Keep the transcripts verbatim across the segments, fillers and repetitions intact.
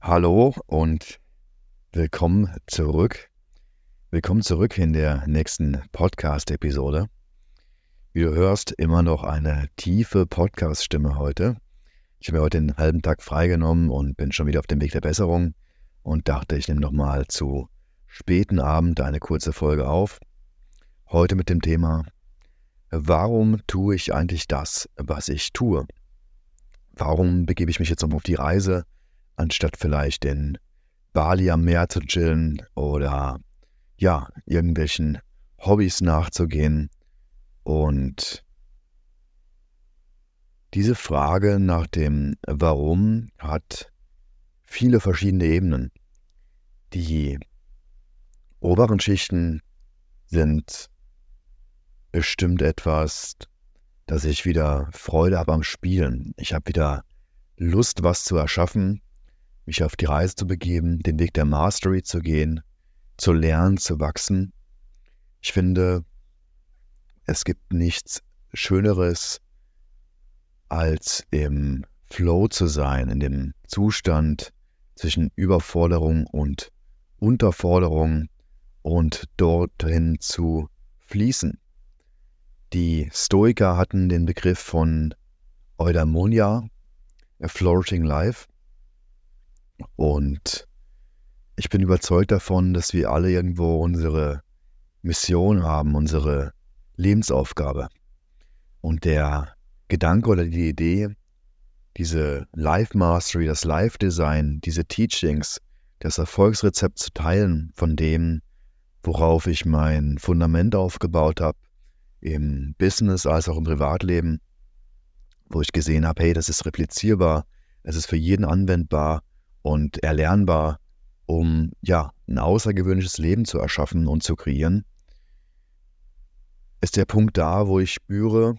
Hallo und willkommen zurück. Willkommen zurück in der nächsten Podcast-Episode. Wie du hörst, immer noch eine tiefe Podcast-Stimme heute. Ich habe mir heute den halben Tag freigenommen und bin schon wieder auf dem Weg der Besserung und dachte, ich nehme nochmal zu späten Abend eine kurze Folge auf. Heute mit dem Thema: Warum tue ich eigentlich das, was ich tue? Warum begebe ich mich jetzt noch auf die Reise, anstatt vielleicht in Bali am Meer zu chillen oder ja, irgendwelchen Hobbys nachzugehen? Und diese Frage nach dem Warum hat viele verschiedene Ebenen. Die oberen Schichten sind bestimmt etwas, dass ich wieder Freude habe am Spielen. Ich habe wieder Lust, was zu erschaffen, mich auf die Reise zu begeben, den Weg der Mastery zu gehen, zu lernen, zu wachsen. Ich finde, es gibt nichts Schöneres, als im Flow zu sein, in dem Zustand zwischen Überforderung und Unterforderung und dorthin zu fließen. Die Stoiker hatten den Begriff von Eudaimonia, a flourishing life. Und ich bin überzeugt davon, dass wir alle irgendwo unsere Mission haben, unsere Lebensaufgabe. Und der Gedanke oder die Idee, diese Life Mastery, das Life Design, diese Teachings, das Erfolgsrezept zu teilen von dem, worauf ich mein Fundament aufgebaut habe, im Business als auch im Privatleben, wo ich gesehen habe, hey, das ist replizierbar, es ist für jeden anwendbar und erlernbar, um ja ein außergewöhnliches Leben zu erschaffen und zu kreieren, ist der Punkt da, wo ich spüre,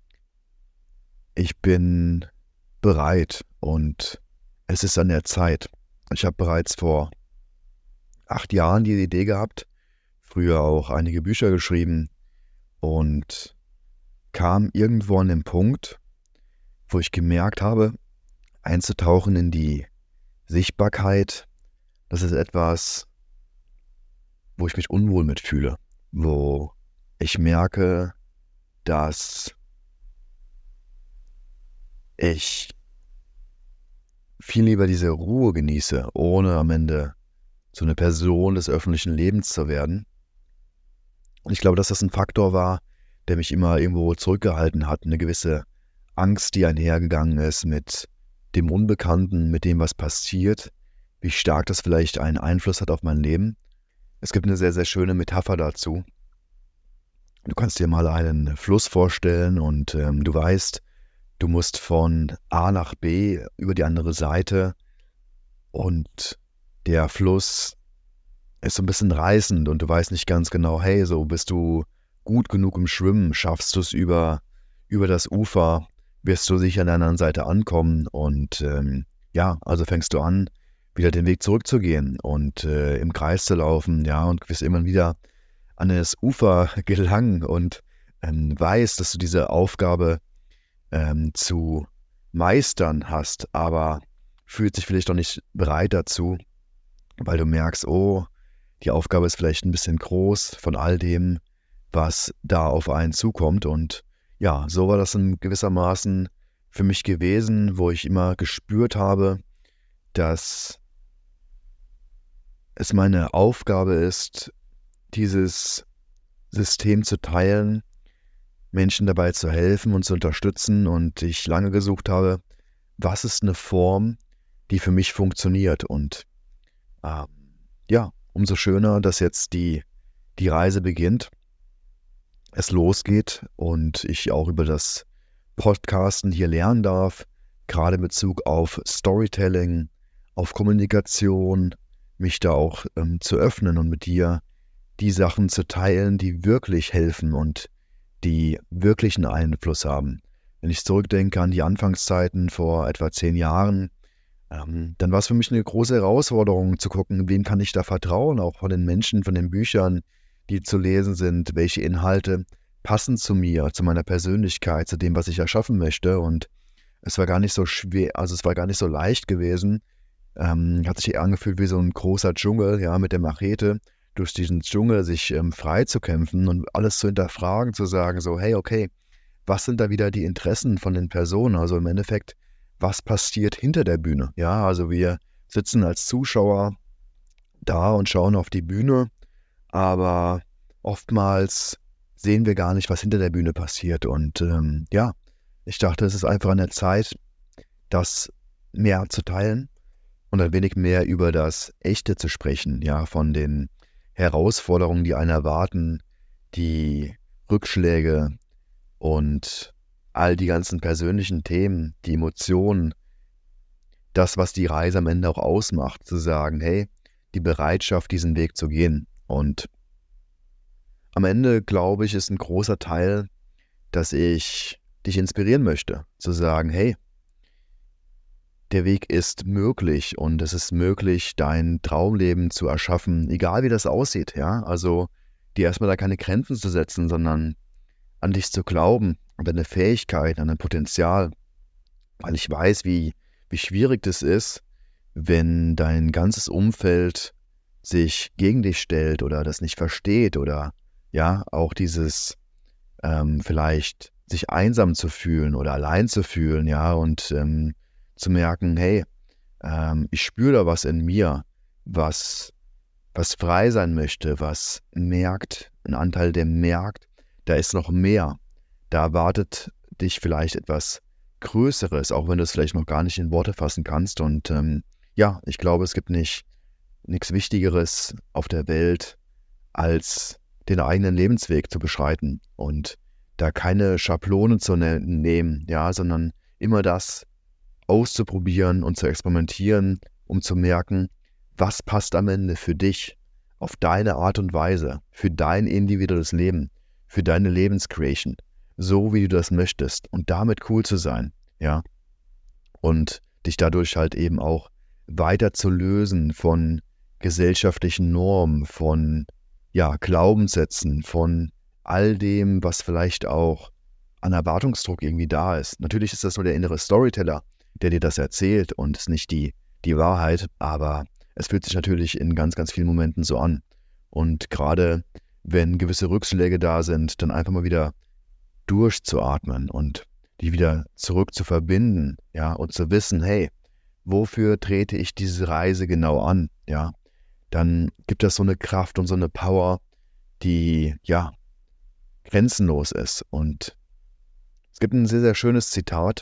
ich bin bereit und es ist an der Zeit. Ich habe bereits vor acht Jahren die Idee gehabt, früher auch einige Bücher geschrieben und kam irgendwo an den Punkt, wo ich gemerkt habe, einzutauchen in die Sichtbarkeit, das ist etwas, wo ich mich unwohl mitfühle, wo ich merke, dass ich viel lieber diese Ruhe genieße, ohne am Ende so eine Person des öffentlichen Lebens zu werden. Und ich glaube, dass das ein Faktor war, der mich immer irgendwo zurückgehalten hat, eine gewisse Angst, die einhergegangen ist mit dem Unbekannten, mit dem, was passiert, wie stark das vielleicht einen Einfluss hat auf mein Leben. Es gibt eine sehr, sehr schöne Metapher dazu. Du kannst dir mal einen Fluss vorstellen und ähm, du weißt, du musst von A nach B über die andere Seite und der Fluss ist so ein bisschen reißend und du weißt nicht ganz genau, hey, so bist du gut genug im Schwimmen, schaffst du es über, über das Ufer, wirst du sicher an der anderen Seite ankommen und ähm, ja, also fängst du an, wieder den Weg zurückzugehen und äh, im Kreis zu laufen, ja, und wirst immer wieder an das Ufer gelangen und ähm, weißt, dass du diese Aufgabe ähm, zu meistern hast, aber fühlt sich vielleicht noch nicht bereit dazu, weil du merkst, oh, die Aufgabe ist vielleicht ein bisschen groß von all dem, was da auf einen zukommt. Und ja, so war das in gewissermaßen für mich gewesen, wo ich immer gespürt habe, dass es meine Aufgabe ist, dieses System zu teilen, Menschen dabei zu helfen und zu unterstützen. Und ich lange gesucht habe, was ist eine Form, die für mich funktioniert. Und äh, ja, umso schöner, dass jetzt die, die Reise beginnt, es losgeht und ich auch über das Podcasten hier lernen darf, gerade in Bezug auf Storytelling, auf Kommunikation, mich da auch ähm, zu öffnen und mit dir die Sachen zu teilen, die wirklich helfen und die wirklichen Einfluss haben. Wenn ich zurückdenke an die Anfangszeiten vor etwa zehn Jahren, ähm, dann war es für mich eine große Herausforderung zu gucken, wem kann ich da vertrauen, auch von den Menschen, von den Büchern, die zu lesen sind, welche Inhalte passen zu mir, zu meiner Persönlichkeit, zu dem, was ich erschaffen möchte. Und es war gar nicht so schwer, also es war gar nicht so leicht gewesen, ähm, hat sich eher angefühlt wie so ein großer Dschungel, ja, mit der Machete durch diesen Dschungel sich ähm, frei zu kämpfen und alles zu hinterfragen, zu sagen so, hey, okay, was sind da wieder die Interessen von den Personen? Also im Endeffekt, was passiert hinter der Bühne? Ja, also wir sitzen als Zuschauer da und schauen auf die Bühne, aber oftmals sehen wir gar nicht, was hinter der Bühne passiert. Und ähm, ja, ich dachte, es ist einfach an der Zeit, das mehr zu teilen und ein wenig mehr über das Echte zu sprechen, ja, von den Herausforderungen, die einen erwarten, die Rückschläge und all die ganzen persönlichen Themen, die Emotionen, das, was die Reise am Ende auch ausmacht, zu sagen, hey, die Bereitschaft, diesen Weg zu gehen. Und am Ende, glaube ich, ist ein großer Teil, dass ich dich inspirieren möchte, zu sagen, hey, der Weg ist möglich und es ist möglich, dein Traumleben zu erschaffen, egal wie das aussieht, ja, also dir erstmal da keine Grenzen zu setzen, sondern an dich zu glauben, an deine Fähigkeit, an dein Potenzial, weil ich weiß, wie, wie schwierig das ist, wenn dein ganzes Umfeld sich gegen dich stellt oder das nicht versteht oder ja, auch dieses ähm, vielleicht sich einsam zu fühlen oder allein zu fühlen, ja, und ähm, zu merken, hey, ähm, ich spüre da was in mir, was, was frei sein möchte, was merkt, ein Anteil, der merkt, da ist noch mehr, da erwartet dich vielleicht etwas Größeres, auch wenn du es vielleicht noch gar nicht in Worte fassen kannst. Und ähm, ja, ich glaube, es gibt nicht nichts Wichtigeres auf der Welt, als den eigenen Lebensweg zu beschreiten und da keine Schablone zu ne- nehmen, ja, sondern immer das auszuprobieren und zu experimentieren, um zu merken, was passt am Ende für dich, auf deine Art und Weise, für dein individuelles Leben, für deine Lebenscreation, so wie du das möchtest und damit cool zu sein, ja, und dich dadurch halt eben auch weiter zu lösen von gesellschaftlichen Normen, von ja, Glaubenssätzen, von all dem, was vielleicht auch an Erwartungsdruck irgendwie da ist. Natürlich ist das nur der innere Storyteller, der dir das erzählt und ist nicht die, die Wahrheit, aber es fühlt sich natürlich in ganz, ganz vielen Momenten so an. Und gerade wenn gewisse Rückschläge da sind, dann einfach mal wieder durchzuatmen und die wieder zurück zu verbinden, ja, und zu wissen, hey, wofür trete ich diese Reise genau an, ja, dann gibt das so eine Kraft und so eine Power, die, ja, grenzenlos ist. Und es gibt ein sehr, sehr schönes Zitat: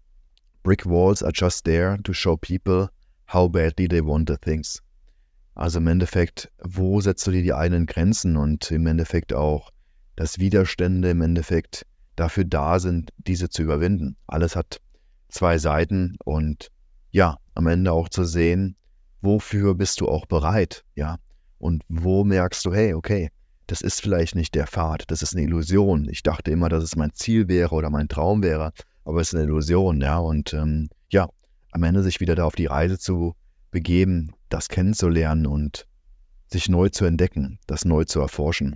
Brick walls are just there to show people how badly they want the things. Also im Endeffekt, wo setzt du dir die eigenen Grenzen und im Endeffekt auch, dass Widerstände im Endeffekt dafür da sind, diese zu überwinden. Alles hat zwei Seiten und ja, am Ende auch zu sehen, wofür bist du auch bereit, ja, und wo merkst du, hey, okay, das ist vielleicht nicht der Pfad, das ist eine Illusion. Ich dachte immer, dass es mein Ziel wäre oder mein Traum wäre, aber es ist eine Illusion, ja, und ähm, ja, am Ende sich wieder da auf die Reise zu begeben, das kennenzulernen und sich neu zu entdecken, das neu zu erforschen.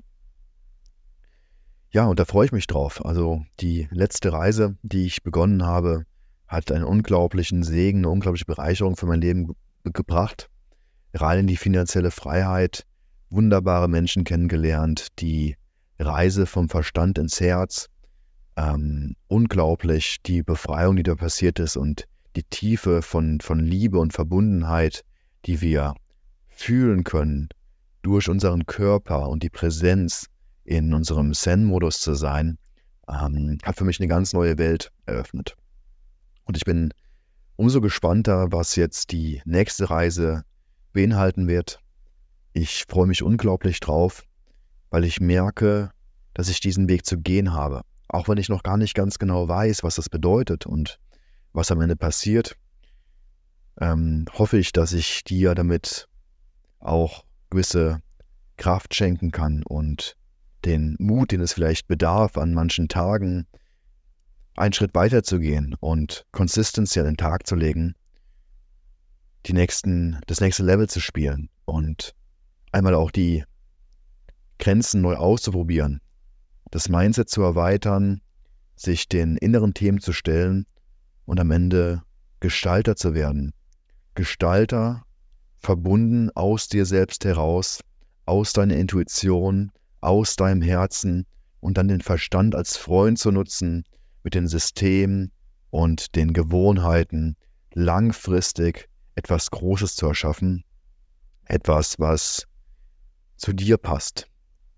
Ja, und da freue ich mich drauf. Also die letzte Reise, die ich begonnen habe, hat einen unglaublichen Segen, eine unglaubliche Bereicherung für mein Leben ge- gebracht. Rein in die finanzielle Freiheit, wunderbare Menschen kennengelernt, die Reise vom Verstand ins Herz, ähm, unglaublich die Befreiung, die da passiert ist und die Tiefe von, von Liebe und Verbundenheit, die wir fühlen können durch unseren Körper und die Präsenz in unserem Zen-Modus zu sein, ähm, hat für mich eine ganz neue Welt eröffnet. Und ich bin umso gespannter, was jetzt die nächste Reise beinhalten wird. Ich freue mich unglaublich drauf, weil ich merke, dass ich diesen Weg zu gehen habe. Auch wenn ich noch gar nicht ganz genau weiß, was das bedeutet und was am Ende passiert, ähm, hoffe ich, dass ich dir damit auch gewisse Kraft schenken kann und den Mut, den es vielleicht bedarf, an manchen Tagen einen Schritt weiter zu gehen und Consistency an den Tag zu legen, die nächsten, das nächste Level zu spielen und einmal auch die Grenzen neu auszuprobieren, das Mindset zu erweitern, sich den inneren Themen zu stellen und am Ende Gestalter zu werden, Gestalter, verbunden aus dir selbst heraus, aus deiner Intuition, aus deinem Herzen und dann den Verstand als Freund zu nutzen, mit den Systemen und den Gewohnheiten langfristig etwas Großes zu erschaffen, etwas, was zu dir passt,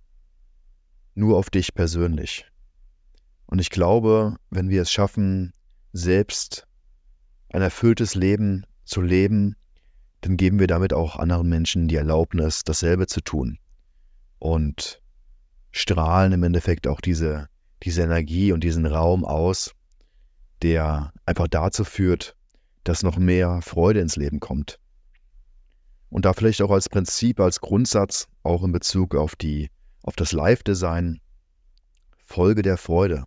nur auf dich persönlich. Und ich glaube, wenn wir es schaffen, selbst ein erfülltes Leben zu leben, dann geben wir damit auch anderen Menschen die Erlaubnis, dasselbe zu tun und strahlen im Endeffekt auch diese, diese Energie und diesen Raum aus, der einfach dazu führt, dass noch mehr Freude ins Leben kommt. Und da vielleicht auch als Prinzip, als Grundsatz, auch in Bezug auf die, auf das Live-Design, Folge der Freude.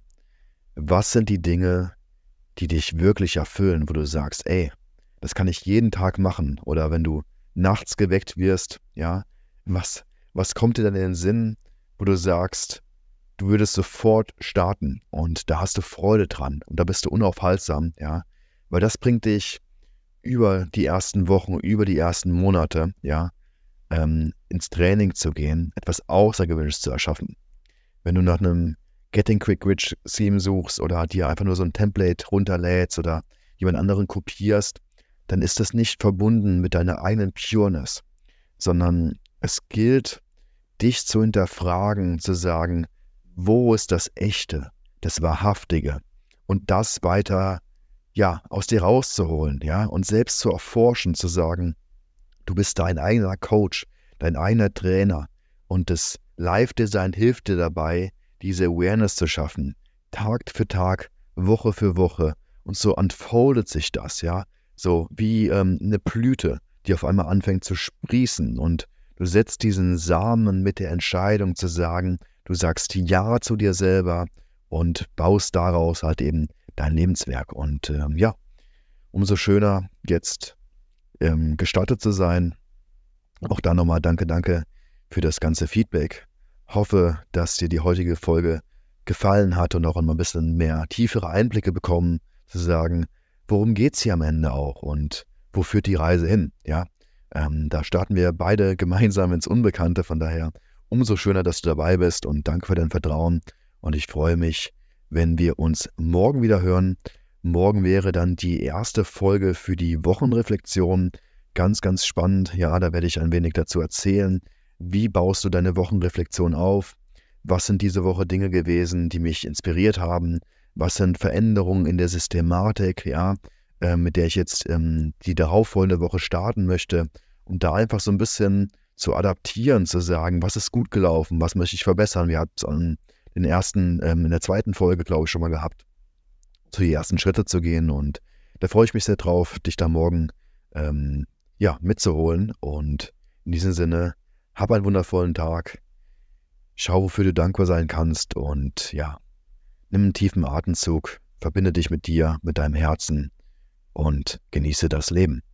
Was sind die Dinge, die dich wirklich erfüllen, wo du sagst, ey, das kann ich jeden Tag machen? Oder wenn du nachts geweckt wirst, ja, was, was kommt dir dann in den Sinn, wo du sagst, du würdest sofort starten und da hast du Freude dran und da bist du unaufhaltsam, ja, weil das bringt dich über die ersten Wochen, über die ersten Monate, ja, ähm, ins Training zu gehen, etwas Außergewöhnliches zu erschaffen. Wenn du nach einem Getting Quick Rich Theme suchst oder dir einfach nur so ein Template runterlädst oder jemand anderen kopierst, dann ist das nicht verbunden mit deiner eigenen Pureness, sondern es gilt, dich zu hinterfragen, zu sagen, wo ist das Echte, das Wahrhaftige und das weiter, ja, aus dir rauszuholen, ja, und selbst zu erforschen, zu sagen, du bist dein eigener Coach, dein eigener Trainer und das Live-Design hilft dir dabei, diese Awareness zu schaffen, Tag für Tag, Woche für Woche und so unfoldet sich das, ja, so wie ähm, eine Blüte, die auf einmal anfängt zu sprießen und du setzt diesen Samen mit der Entscheidung zu sagen, du sagst Ja zu dir selber und baust daraus halt eben dein Lebenswerk. Und ähm, ja, umso schöner jetzt ähm, gestartet zu sein. Auch da nochmal danke, danke für das ganze Feedback. Hoffe, dass dir die heutige Folge gefallen hat und auch einmal ein bisschen mehr tiefere Einblicke bekommen, zu sagen, worum geht es hier am Ende auch und wo führt die Reise hin, ja. Ähm, da starten wir beide gemeinsam ins Unbekannte, von daher umso schöner, dass du dabei bist und danke für dein Vertrauen und ich freue mich, wenn wir uns morgen wieder hören. Morgen wäre dann die erste Folge für die Wochenreflexion. Ganz, ganz spannend. Ja, da werde ich ein wenig dazu erzählen. Wie baust du deine Wochenreflexion auf? Was sind diese Woche Dinge gewesen, die mich inspiriert haben? Was sind Veränderungen in der Systematik, ja, äh, mit der ich jetzt ähm, die darauffolgende Woche starten möchte? Um da einfach so ein bisschen zu adaptieren, zu sagen, was ist gut gelaufen, was möchte ich verbessern? Wir hatten es an den ersten, ähm, in der zweiten Folge, glaube ich, schon mal gehabt, so die ersten Schritte zu gehen. Und da freue ich mich sehr drauf, dich da morgen ähm, ja, mitzuholen. Und in diesem Sinne, hab einen wundervollen Tag. Schau, wofür du dankbar sein kannst. Und ja, nimm einen tiefen Atemzug, verbinde dich mit dir, mit deinem Herzen und genieße das Leben.